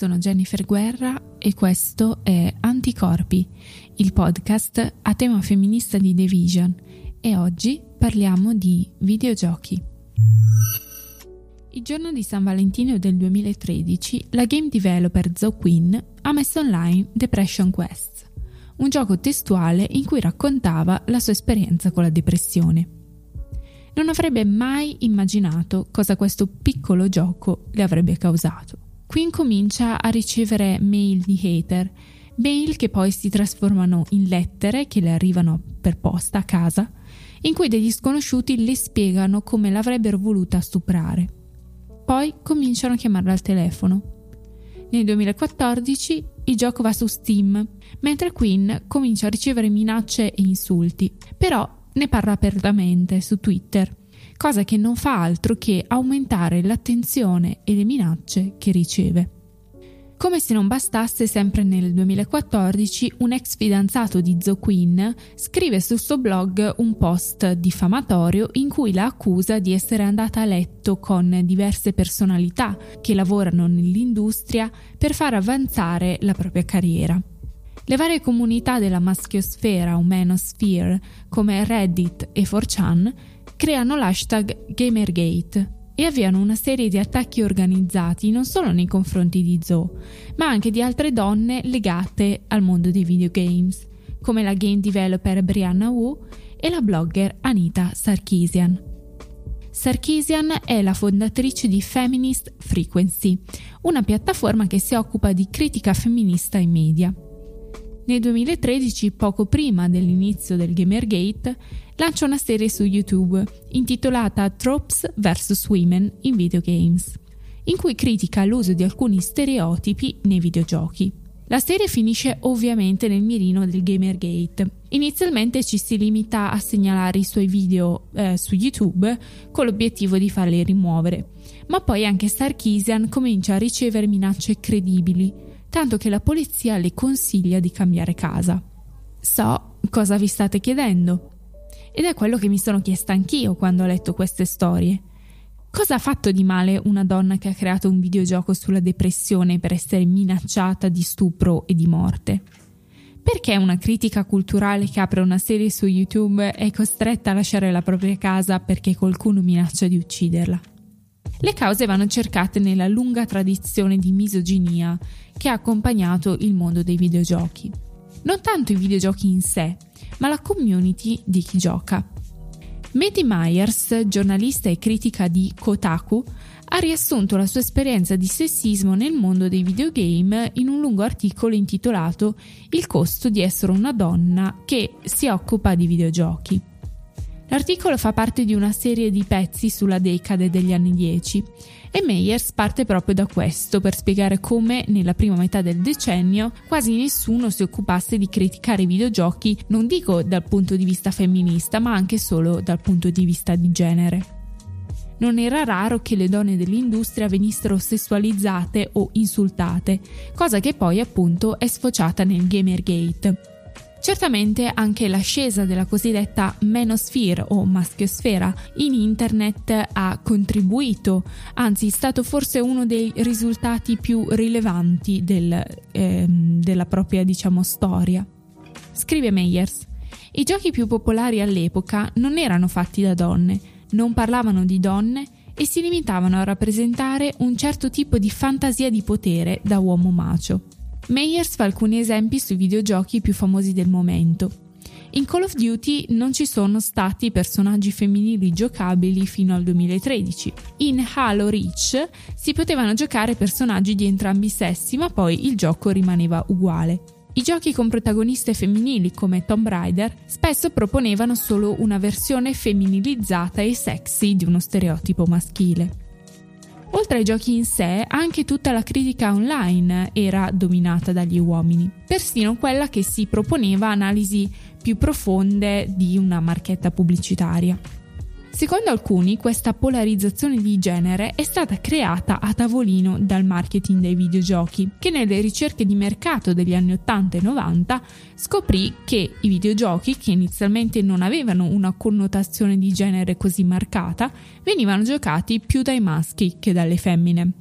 sono Jennifer Guerra e questo è Anticorpi, il podcast a tema femminista di The Vision, e oggi parliamo di videogiochi. Il giorno di San Valentino del 2013, la game developer Zoe Quinn ha messo online Depression Quest, un gioco testuale in cui raccontava la sua esperienza con la depressione. Non avrebbe mai immaginato cosa questo piccolo gioco le avrebbe causato. Quinn comincia a ricevere mail di hater, mail che poi si trasformano in lettere che le arrivano per posta a casa, in cui degli sconosciuti le spiegano come l'avrebbero voluta stuprare. Poi cominciano a chiamarla al telefono. Nel 2014 il gioco va su Steam, mentre Quinn comincia a ricevere minacce e insulti, però ne parla apertamente su Twitter, cosa che non fa altro che aumentare l'attenzione e le minacce che riceve. Come se non bastasse, sempre nel 2014 un ex fidanzato di Zoe Quinn scrive sul suo blog un post diffamatorio in cui la accusa di essere andata a letto con diverse personalità che lavorano nell'industria per far avanzare la propria carriera. Le varie comunità della maschiosfera o manosphere, come Reddit e 4chan, creano l'hashtag Gamergate e avviano una serie di attacchi organizzati non solo nei confronti di Zoe, ma anche di altre donne legate al mondo dei videogames, come la game developer Brianna Wu e la blogger Anita Sarkeesian. Sarkeesian è la fondatrice di Feminist Frequency, una piattaforma che si occupa di critica femminista in media. Nel 2013, poco prima dell'inizio del Gamergate, lancia una serie su YouTube intitolata Tropes vs. Women in Videogames, in cui critica l'uso di alcuni stereotipi nei videogiochi. La serie finisce ovviamente nel mirino del Gamergate. Inizialmente ci si limita a segnalare i suoi video su YouTube con l'obiettivo di farli rimuovere, ma poi anche Sarkeesian comincia a ricevere minacce credibili, tanto che la polizia le consiglia di cambiare casa. So cosa vi state chiedendo. Ed è quello che mi sono chiesta anch'io quando ho letto queste storie. Cosa ha fatto di male una donna che ha creato un videogioco sulla depressione per essere minacciata di stupro e di morte? Perché una critica culturale che apre una serie su YouTube è costretta a lasciare la propria casa perché qualcuno minaccia di ucciderla? Le cause vanno cercate nella lunga tradizione di misoginia che ha accompagnato il mondo dei videogiochi. Non tanto i videogiochi in sé, ma la community di chi gioca. Maddie Myers, giornalista e critica di Kotaku, ha riassunto la sua esperienza di sessismo nel mondo dei videogame in un lungo articolo intitolato Il costo di essere una donna che si occupa di videogiochi. L'articolo fa parte di una serie di pezzi sulla decade degli anni 10 e Myers parte proprio da questo per spiegare come nella prima metà del decennio quasi nessuno si occupasse di criticare i videogiochi, non dico dal punto di vista femminista, ma anche solo dal punto di vista di genere. Non era raro che le donne dell'industria venissero sessualizzate o insultate, cosa che poi appunto è sfociata nel Gamergate. Certamente anche l'ascesa della cosiddetta manosphere o maschiosfera in internet ha contribuito, anzi è stato forse uno dei risultati più rilevanti della propria, storia. Scrive Myers: i giochi più popolari all'epoca non erano fatti da donne, non parlavano di donne e si limitavano a rappresentare un certo tipo di fantasia di potere da uomo macho. Myers fa alcuni esempi sui videogiochi più famosi del momento. In Call of Duty non ci sono stati personaggi femminili giocabili fino al 2013. In Halo Reach si potevano giocare personaggi di entrambi i sessi, ma poi il gioco rimaneva uguale. I giochi con protagoniste femminili come Tomb Raider spesso proponevano solo una versione femminilizzata e sexy di uno stereotipo maschile. Oltre ai giochi in sé, anche tutta la critica online era dominata dagli uomini, persino quella che si proponeva analisi più profonde di una marchetta pubblicitaria. Secondo alcuni, questa polarizzazione di genere è stata creata a tavolino dal marketing dei videogiochi, che nelle ricerche di mercato degli anni 80 e 90 scoprì che i videogiochi, che inizialmente non avevano una connotazione di genere così marcata, venivano giocati più dai maschi che dalle femmine.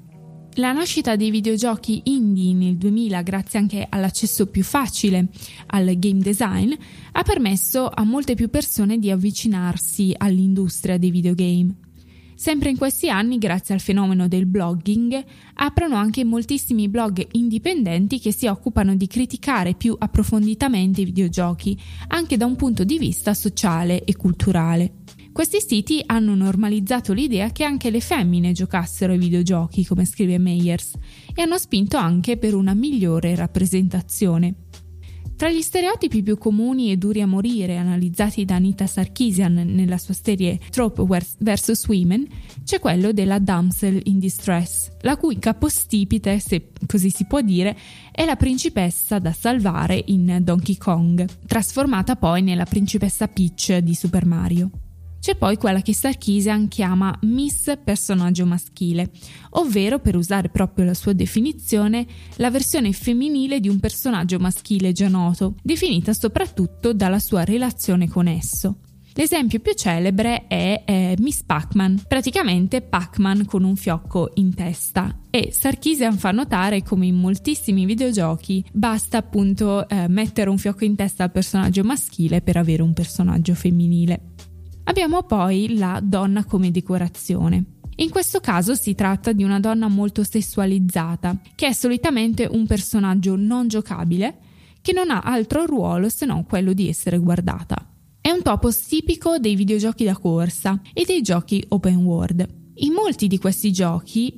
La nascita dei videogiochi indie nel 2000, grazie anche all'accesso più facile al game design, ha permesso a molte più persone di avvicinarsi all'industria dei videogame. Sempre in questi anni, grazie al fenomeno del blogging, aprono anche moltissimi blog indipendenti che si occupano di criticare più approfonditamente i videogiochi, anche da un punto di vista sociale e culturale. Questi siti hanno normalizzato l'idea che anche le femmine giocassero ai videogiochi, come scrive Meyers, e hanno spinto anche per una migliore rappresentazione. Tra gli stereotipi più comuni e duri a morire analizzati da Anita Sarkeesian nella sua serie Trope vs. Women c'è quello della damsel in distress, la cui capostipite, se così si può dire, è la principessa da salvare in Donkey Kong, trasformata poi nella principessa Peach di Super Mario. C'è poi quella che Sarkeesian chiama Miss personaggio maschile, ovvero, per usare proprio la sua definizione, la versione femminile di un personaggio maschile già noto, definita soprattutto dalla sua relazione con esso. L'esempio più celebre è Miss Pac-Man, praticamente Pac-Man con un fiocco in testa, e Sarkeesian fa notare come in moltissimi videogiochi basta appunto mettere un fiocco in testa al personaggio maschile per avere un personaggio femminile. Abbiamo poi la donna come decorazione. In questo caso si tratta di una donna molto sessualizzata, che è solitamente un personaggio non giocabile, che non ha altro ruolo se non quello di essere guardata. È un topos tipico dei videogiochi da corsa e dei giochi open world. In molti di questi giochi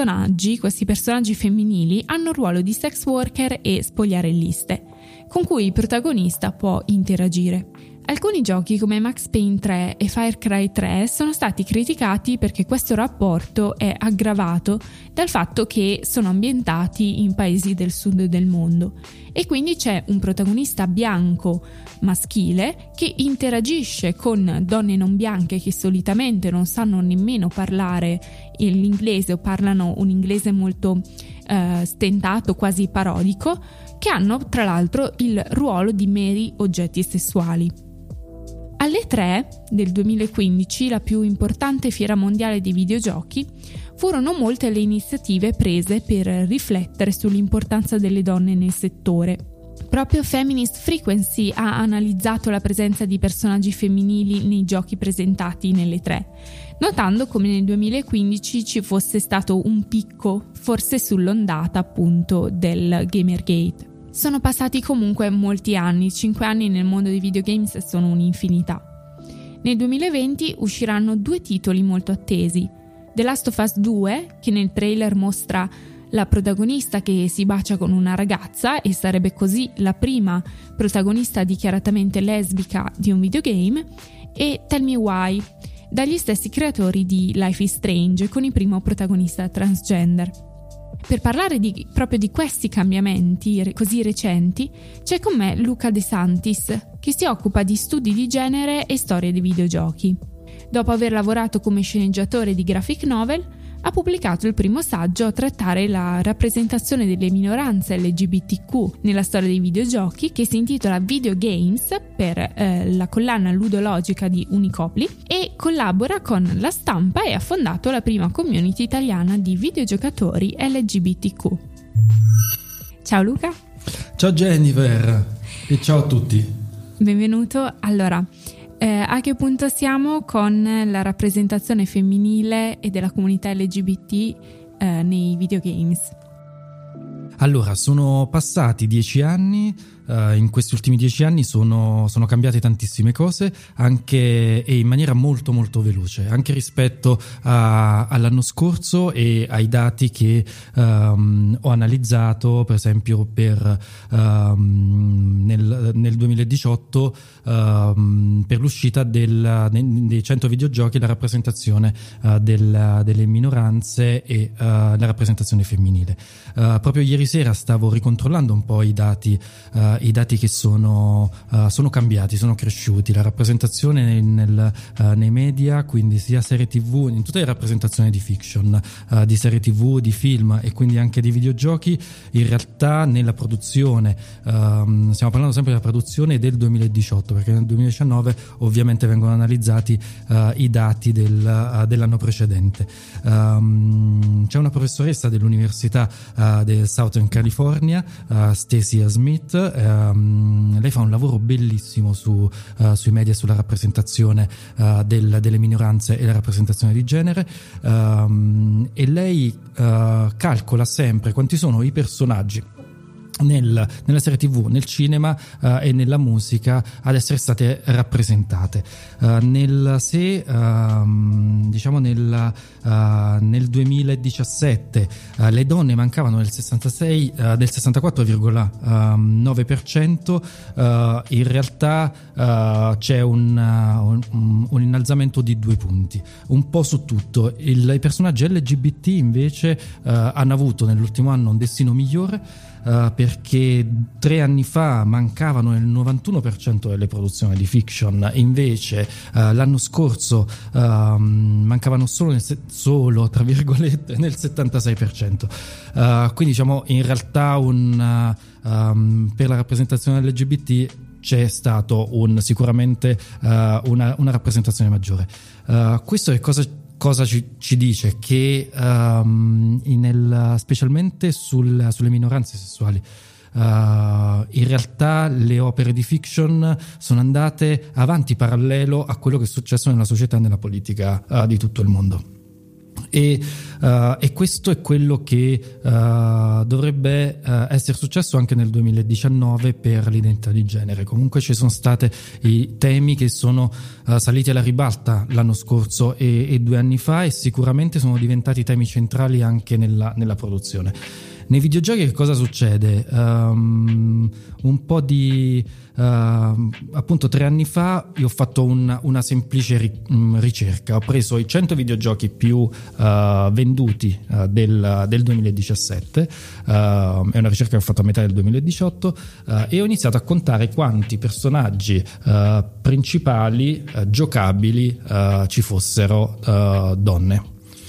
questi personaggi femminili hanno il ruolo di sex worker e spogliarelliste, con cui il protagonista può interagire. Alcuni giochi come Max Payne 3 e Far Cry 3 sono stati criticati perché questo rapporto è aggravato dal fatto che sono ambientati in paesi del sud del mondo e quindi c'è un protagonista bianco maschile che interagisce con donne non bianche che solitamente non sanno nemmeno parlare l'inglese o parlano un inglese molto stentato, quasi parodico, che hanno tra l'altro il ruolo di meri oggetti sessuali. Alle 3 del 2015, la più importante fiera mondiale dei videogiochi, furono molte le iniziative prese per riflettere sull'importanza delle donne nel settore. Proprio Feminist Frequency ha analizzato la presenza di personaggi femminili nei giochi presentati nelle 3, notando come nel 2015 ci fosse stato un picco, forse sull'ondata appunto del Gamergate. Sono passati comunque molti anni, 5 anni nel mondo dei videogames sono un'infinità. Nel 2020 usciranno 2 titoli molto attesi. The Last of Us 2, che nel trailer mostra la protagonista che si bacia con una ragazza e sarebbe così la prima protagonista dichiaratamente lesbica di un videogame, e Tell Me Why, dagli stessi creatori di Life is Strange, con il primo protagonista transgender. Per parlare proprio di questi cambiamenti così recenti, c'è con me Luca De Santis, che si occupa di studi di genere e storia dei videogiochi. Dopo aver lavorato come sceneggiatore di graphic novel, ha pubblicato il primo saggio a trattare la rappresentazione delle minoranze LGBTQ nella storia dei videogiochi, che si intitola Video Games, per la collana ludologica di Unicopli, e collabora con La Stampa e ha fondato la prima community italiana di videogiocatori LGBTQ. Ciao Luca. Ciao Jennifer e ciao a tutti. Benvenuto. Allora, a che punto siamo con la rappresentazione femminile e della comunità LGBT nei videogames? Allora, sono passati 10 anni, in questi ultimi 10 anni sono cambiate tantissime cose, anche e in maniera molto molto veloce, anche rispetto all'anno scorso e ai dati che ho analizzato, per esempio nel 2018 per l'uscita dei 100 videogiochi, la rappresentazione delle minoranze e la rappresentazione femminile. Proprio ieri sera stavo ricontrollando un po' i dati i dati che sono cambiati, sono cresciuti. La rappresentazione nei media, quindi sia serie TV, in tutte le rappresentazioni di fiction, di serie TV, di film e quindi anche di videogiochi, in realtà nella produzione, stiamo parlando sempre della produzione del 2018, perché nel 2019 ovviamente vengono analizzati i dati dell'anno precedente. C'è una professoressa dell'Università del Southern California, Stacia Smith, lei fa un lavoro bellissimo sui media, sulla rappresentazione delle minoranze e la rappresentazione di genere, e lei calcola sempre quanti sono i personaggi nella serie TV, nel cinema e nella musica ad essere state rappresentate. Nel 2017 le donne mancavano del 64,9%, in realtà c'è un innalzamento di 2 punti, un po' su tutto. I personaggi LGBT invece hanno avuto nell'ultimo anno un destino migliore, perché 3 anni fa mancavano nel 91% delle produzioni di fiction, invece l'anno scorso mancavano solo tra virgolette nel 76%. Quindi diciamo in realtà per la rappresentazione LGBT c'è stato sicuramente una rappresentazione maggiore. Questo è cosa ci dice? Che specialmente sulle minoranze sessuali, in realtà le opere di fiction sono andate avanti parallelo a quello che è successo nella società e nella politica di tutto il mondo. E questo è quello che dovrebbe essere successo anche nel 2019 per l'identità di genere. Comunque ci sono stati i temi che sono saliti alla ribalta l'anno scorso e 2 anni fa, e sicuramente sono diventati temi centrali anche nella produzione. Nei videogiochi che cosa succede? Un po' appunto 3 anni fa io ho fatto una semplice ricerca. Ho preso i 100 videogiochi più venduti del 2017, è una ricerca che ho fatto a metà del 2018, e ho iniziato a contare quanti personaggi principali giocabili ci fossero donne.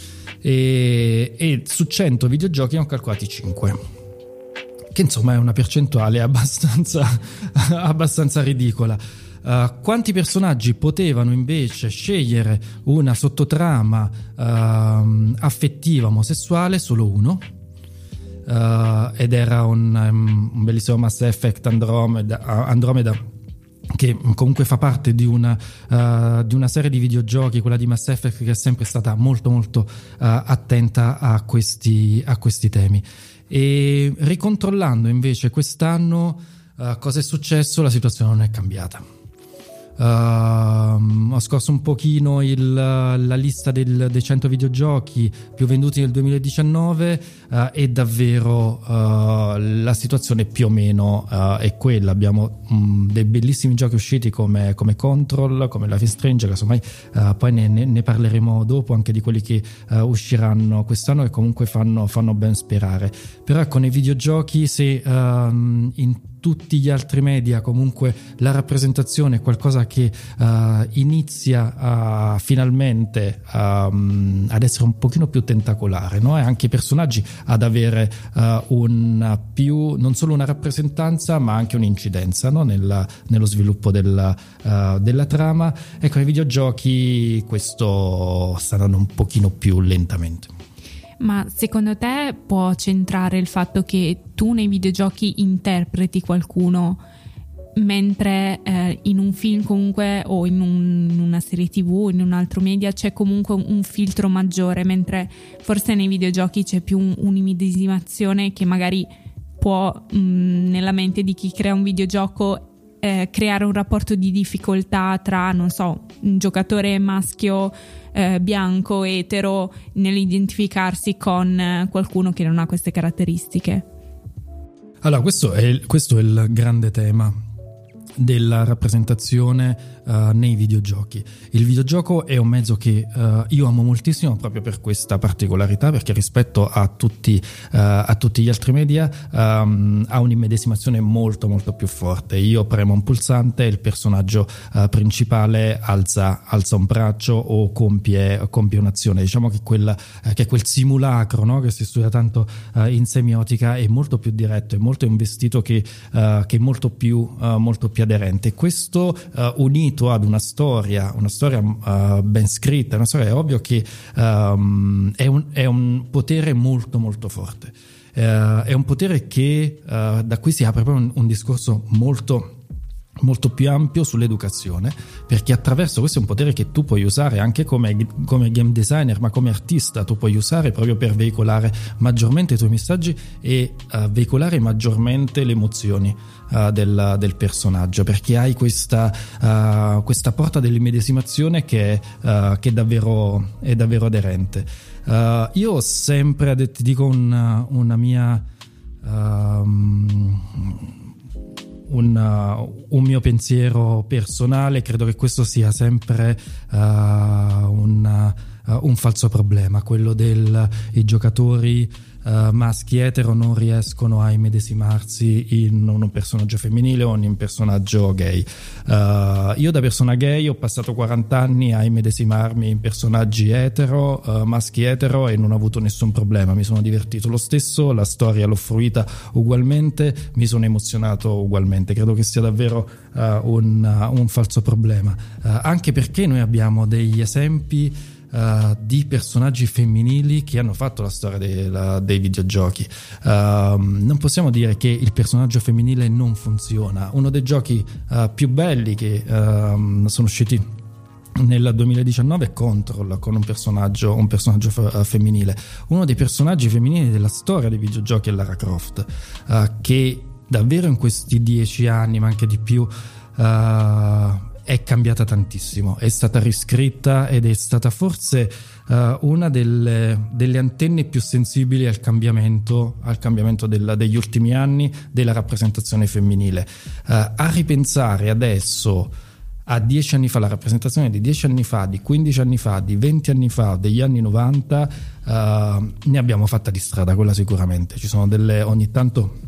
E su 100 videogiochi ne ho calcolati 5, che insomma è una percentuale abbastanza ridicola. Quanti personaggi potevano invece scegliere una sottotrama affettiva omosessuale? Solo uno, ed era un bellissimo Mass Effect Andromeda, che comunque fa parte di una serie di videogiochi, quella di Mass Effect, che è sempre stata molto molto attenta a questi temi. E ricontrollando invece quest'anno cosa è successo, la situazione non è cambiata. Ho scorso un pochino la lista dei 100 videogiochi più venduti nel 2019, e davvero la situazione più o meno è quella. Abbiamo dei bellissimi giochi usciti come Control, come Life is Strange, casomai poi ne parleremo dopo, anche di quelli che usciranno quest'anno, che comunque fanno ben sperare. Però ecco, nei videogiochi, se in tutti gli altri media comunque la rappresentazione è qualcosa che inizia finalmente ad essere un pochino più tentacolare, no? E anche i personaggi ad avere non solo una rappresentanza ma anche un'incidenza, no? Nello sviluppo della trama. Ecco, nei videogiochi questo sta andando un pochino più lentamente. Ma secondo te può centrare il fatto che tu nei videogiochi interpreti qualcuno, mentre in un film comunque, o in una serie TV, in un altro media, c'è comunque un filtro maggiore, mentre forse nei videogiochi c'è più un'immedesimazione che magari può nella mente di chi crea un videogioco creare un rapporto di difficoltà tra, non so, un giocatore maschio bianco, etero, nell'identificarsi con qualcuno che non ha queste caratteristiche? Allora, questo è il grande tema della rappresentazione nei videogiochi. Il videogioco è un mezzo che io amo moltissimo proprio per questa particolarità, perché rispetto a tutti gli altri media ha un'immedesimazione molto molto più forte. Io premo un pulsante e il personaggio principale alza un braccio o compie un'azione. Diciamo che quel simulacro, no? Che si studia tanto in semiotica, è molto più diretto, è molto investito, che è molto più aderente. Questo unito ad una storia ben scritta, una storia, è ovvio che è un potere molto molto forte. È un potere che da qui si apre proprio un discorso molto molto più ampio sull'educazione, perché attraverso questo è un potere che tu puoi usare anche come game designer, ma come artista tu puoi usare proprio per veicolare maggiormente i tuoi messaggi e veicolare maggiormente le emozioni del personaggio, perché hai questa porta dell'immedesimazione che è davvero aderente. Io ho sempre, ti dico una mia un mio pensiero personale, credo che questo sia sempre un falso problema, quello i giocatori maschi etero non riescono a immedesimarsi in un personaggio femminile o in un personaggio gay. Io da persona gay ho passato 40 anni a immedesimarmi in personaggi etero, maschi etero, e non ho avuto nessun problema, mi sono divertito lo stesso, la storia l'ho fruita ugualmente, mi sono emozionato ugualmente. Credo che sia davvero un falso problema, anche perché noi abbiamo degli esempi di personaggi femminili che hanno fatto la storia dei videogiochi. Non possiamo dire che il personaggio femminile non funziona. Uno dei giochi più belli che sono usciti nel 2019 è Control, con un personaggio femminile. Uno dei personaggi femminili della storia dei videogiochi è Lara Croft, che davvero in questi 10 anni, ma anche di più, è cambiata tantissimo, è stata riscritta ed è stata forse una delle antenne più sensibili al cambiamento degli ultimi anni della rappresentazione femminile. A ripensare adesso a 10 anni fa, la rappresentazione di 10 anni fa, di 15 anni fa, di 20 anni fa, degli anni 90, ne abbiamo fatta di strada, quella sicuramente. Ci sono ogni tanto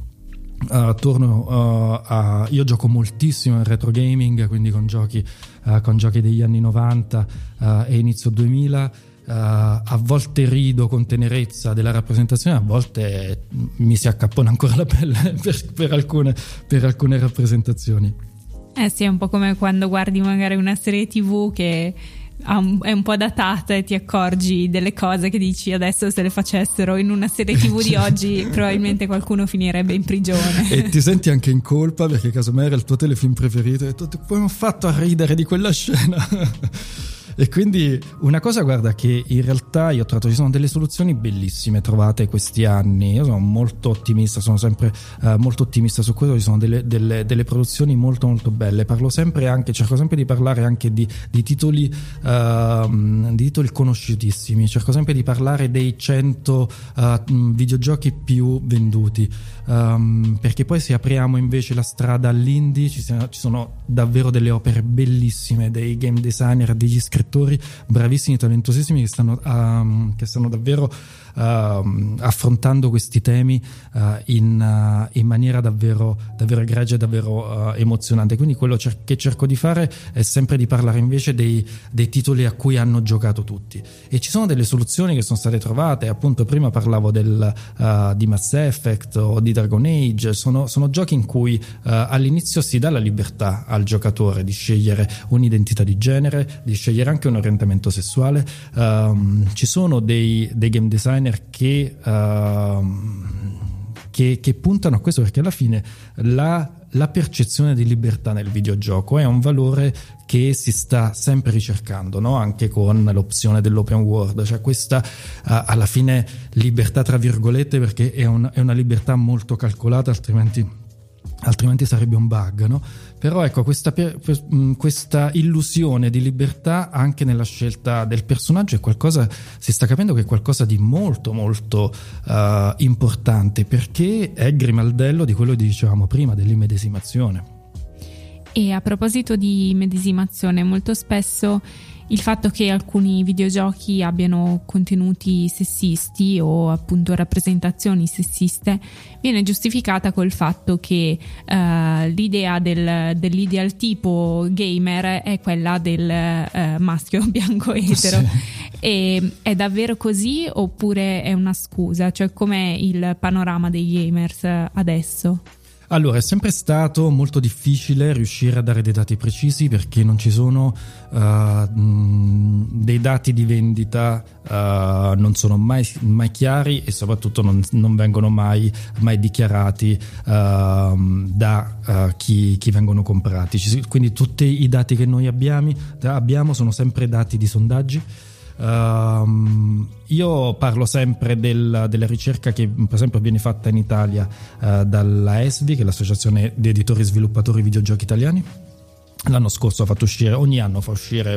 io gioco moltissimo in retro gaming, quindi con giochi degli anni 90 e inizio 2000. A volte rido con tenerezza della rappresentazione, a volte mi si accappona ancora la pelle per alcune rappresentazioni. Sì, è un po' come quando guardi magari una serie TV che è un po' datata e ti accorgi delle cose che dici adesso se le facessero in una serie TV di oggi probabilmente qualcuno finirebbe in prigione. E ti senti anche in colpa perché casomai era il tuo telefilm preferito e hai detto come ho fatto a ridere di quella scena. E quindi una cosa, guarda, che in realtà io ho trovato, ci sono delle soluzioni bellissime trovate questi anni. Io sono molto ottimista, sono sempre molto ottimista su questo. Ci sono delle produzioni molto molto belle. Cerco sempre di parlare anche di titoli conosciutissimi. Cerco sempre di parlare dei 100 videogiochi più venduti, perché poi se apriamo invece la strada all'indie ci sono davvero delle opere bellissime, dei game designer, degli scrittori bravissimi, talentosissimi che stanno davvero affrontando questi temi in maniera davvero egregia e davvero emozionante. Quindi quello che cerco di fare è sempre di parlare invece dei titoli a cui hanno giocato tutti, e ci sono delle soluzioni che sono state trovate. Appunto prima parlavo di Mass Effect o di Dragon Age. Sono giochi in cui all'inizio si dà la libertà al giocatore di scegliere un'identità di genere, di scegliere anche un orientamento sessuale. Ci sono dei game designer che puntano a questo, perché alla fine la percezione di libertà nel videogioco è un valore che si sta sempre ricercando, no? Anche con l'opzione dell'open world, cioè questa alla fine libertà tra virgolette, perché è una libertà molto calcolata, altrimenti sarebbe un bug, no? Però ecco, questa illusione di libertà anche nella scelta del personaggio è qualcosa, si sta capendo che è qualcosa di molto molto importante, perché è grimaldello di quello che dicevamo prima, dell'immedesimazione. E a proposito di medesimazione, molto spesso il fatto che alcuni videogiochi abbiano contenuti sessisti o appunto rappresentazioni sessiste viene giustificata col fatto che l'idea dell'ideal tipo gamer è quella del maschio bianco etero. Sì. E è davvero così oppure è una scusa? Cioè, com'è il panorama dei gamers adesso? Allora, è sempre stato molto difficile riuscire a dare dei dati precisi perché non ci sono dei dati di vendita, non sono mai chiari e soprattutto non vengono mai dichiarati da chi vengono comprati. Quindi tutti i dati che noi abbiamo sono sempre dati di sondaggi. Io parlo sempre della ricerca che per esempio viene fatta in Italia dalla ESVI, che è l'Associazione di Editori e Sviluppatori Videogiochi Italiani. L'anno scorso ogni anno fa uscire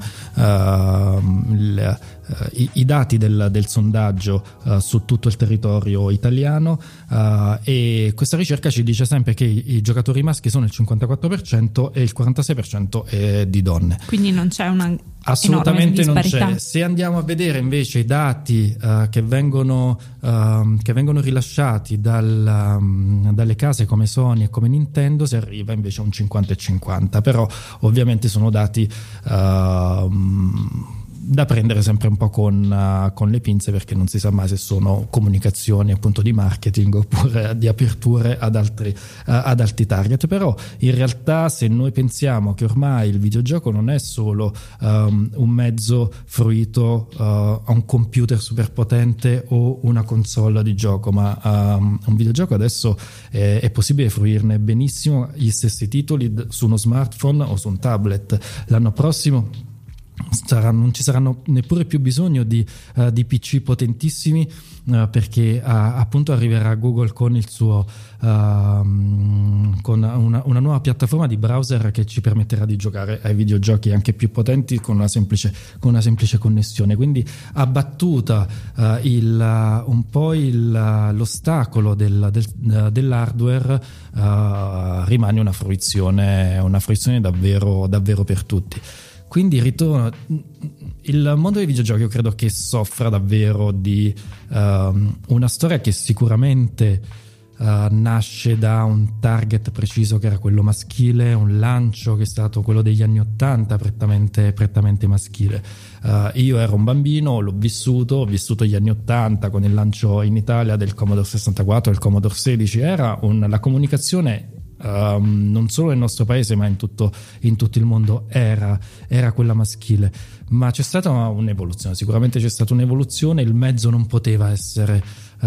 i dati del sondaggio su tutto il territorio italiano, e questa ricerca ci dice sempre che i giocatori maschi sono il 54% e il 46% è di donne. Quindi non c'è una assolutamente non c'è. Se andiamo a vedere invece i dati che vengono rilasciati dalle case come Sony e come Nintendo, si arriva invece a un 50 e 50, però ovviamente sono dati da prendere sempre un po' con le pinze, perché non si sa mai se sono comunicazioni appunto di marketing oppure di aperture ad altri target. Però in realtà, se noi pensiamo che ormai il videogioco non è solo un mezzo fruito a un computer super potente o una console di gioco, ma un videogioco adesso è possibile fruirne benissimo gli stessi titoli su uno smartphone o su un tablet. L'anno prossimo non ci saranno neppure più bisogno di PC potentissimi, perché appunto arriverà Google con il suo con una nuova piattaforma di browser che ci permetterà di giocare ai videogiochi anche più potenti con una semplice connessione. Quindi, abbattuta un po' l'ostacolo dell'hardware, rimane una fruizione davvero per tutti. Quindi ritorno, il mondo dei videogiochi io credo che soffra davvero di una storia che sicuramente nasce da un target preciso che era quello maschile, un lancio che è stato quello degli anni '80 prettamente maschile. Io ero un bambino, ho vissuto gli anni '80 con il lancio in Italia del Commodore 64 e del Commodore 16. Era la comunicazione non solo nel nostro paese ma in tutto il mondo era quella maschile, ma c'è stata un'evoluzione, sicuramente c'è stata un'evoluzione. Il mezzo non poteva essere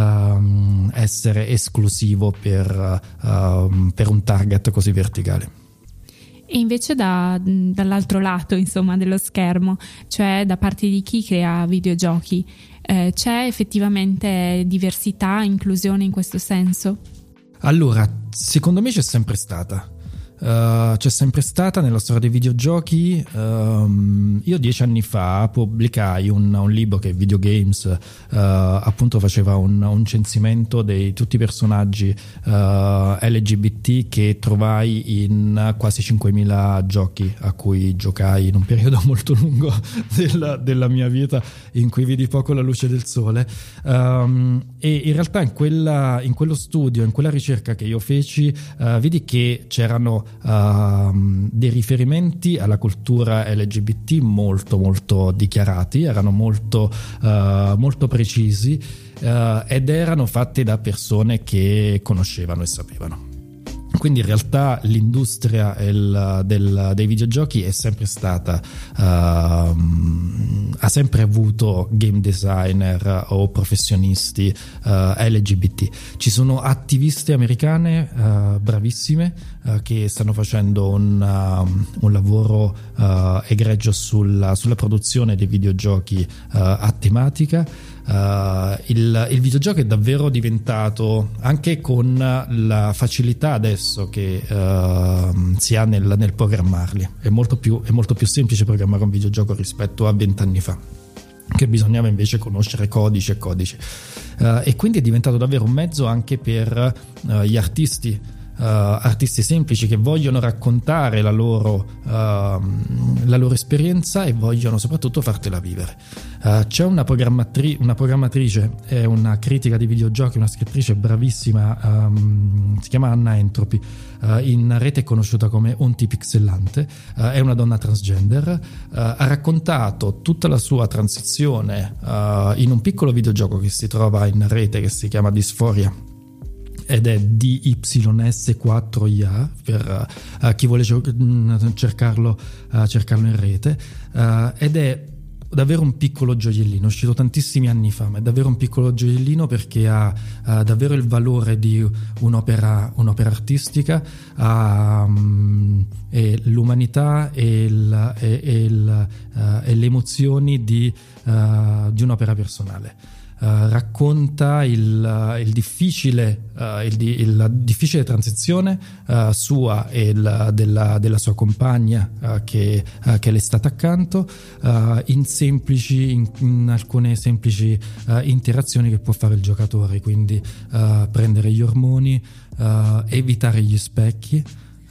esclusivo per un target così verticale. E invece dall'altro lato, insomma, dello schermo, cioè da parte di chi crea videogiochi, c'è effettivamente diversità, inclusione in questo senso? Allora, secondo me c'è sempre stata nella storia dei videogiochi. Io 10 anni fa pubblicai un libro che Videogames appunto faceva un censimento di tutti i personaggi LGBT che trovai in quasi 5.000 giochi a cui giocai in un periodo molto lungo della mia vita, in cui vidi poco la luce del sole, e in realtà in quello studio, in quella ricerca che io feci, vidi che c'erano dei riferimenti alla cultura LGBT molto molto dichiarati, erano molto precisi, ed erano fatti da persone che conoscevano e sapevano. Quindi in realtà l'industria dei videogiochi è sempre stata, ha sempre avuto game designer o professionisti LGBT. Ci sono attiviste americane bravissime che stanno facendo un lavoro egregio sulla produzione dei videogiochi a tematica. Il videogioco è davvero diventato, anche con la facilità adesso che si ha nel programmarli, è molto più semplice programmare un videogioco rispetto a 20 anni fa, che bisognava invece conoscere codici e codici, e quindi è diventato davvero un mezzo anche per gli artisti artisti semplici che vogliono raccontare la loro esperienza e vogliono soprattutto fartela vivere. C'è una programmatrice, è una critica di videogiochi, una scrittrice bravissima, si chiama Anna Entropy, in rete è conosciuta come Onti Pixellante, è una donna transgender, ha raccontato tutta la sua transizione in un piccolo videogioco che si trova in rete che si chiama Dysphoria ed è DYS4IA per chi vuole cercarlo in rete, ed è davvero un piccolo gioiellino, è uscito tantissimi anni fa, ma è davvero un piccolo gioiellino perché ha davvero il valore di un'opera artistica, e l'umanità e le emozioni di un'opera personale. Racconta la difficile transizione sua e della sua compagna che le è stata accanto, in alcune semplici interazioni che può fare il giocatore, quindi prendere gli ormoni, evitare gli specchi,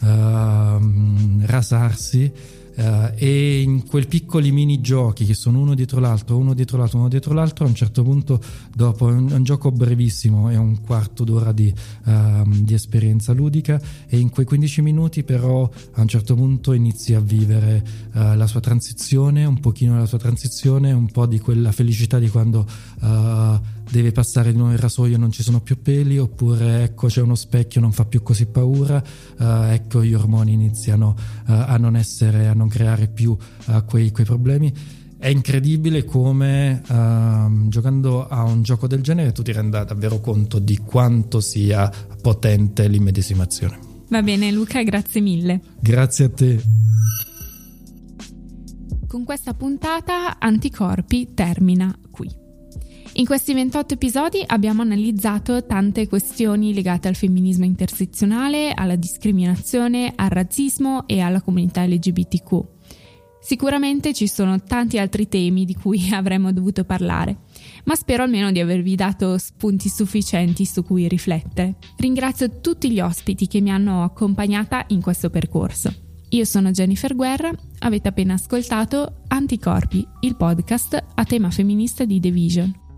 rasarsi, e in quei piccoli mini giochi che sono uno dietro l'altro, a un certo punto, dopo un gioco brevissimo, è un quarto d'ora di esperienza ludica, e in quei 15 minuti però a un certo punto inizi a vivere la sua transizione, un pochino la sua transizione, un po' di quella felicità di quando deve passare di nuovo il rasoio e non ci sono più peli, oppure ecco c'è uno specchio, non fa più così paura, ecco gli ormoni iniziano a non creare più quei problemi. È incredibile come giocando a un gioco del genere tu ti renda davvero conto di quanto sia potente l'immedesimazione. Va bene Luca, grazie mille. Grazie a te. Con questa puntata Anticorpi termina qui. In questi 28 episodi abbiamo analizzato tante questioni legate al femminismo intersezionale, alla discriminazione, al razzismo e alla comunità LGBTQ. Sicuramente ci sono tanti altri temi di cui avremmo dovuto parlare, ma spero almeno di avervi dato spunti sufficienti su cui riflettere. Ringrazio tutti gli ospiti che mi hanno accompagnata in questo percorso. Io sono Jennifer Guerra, avete appena ascoltato Anticorpi, il podcast a tema femminista di The Vision.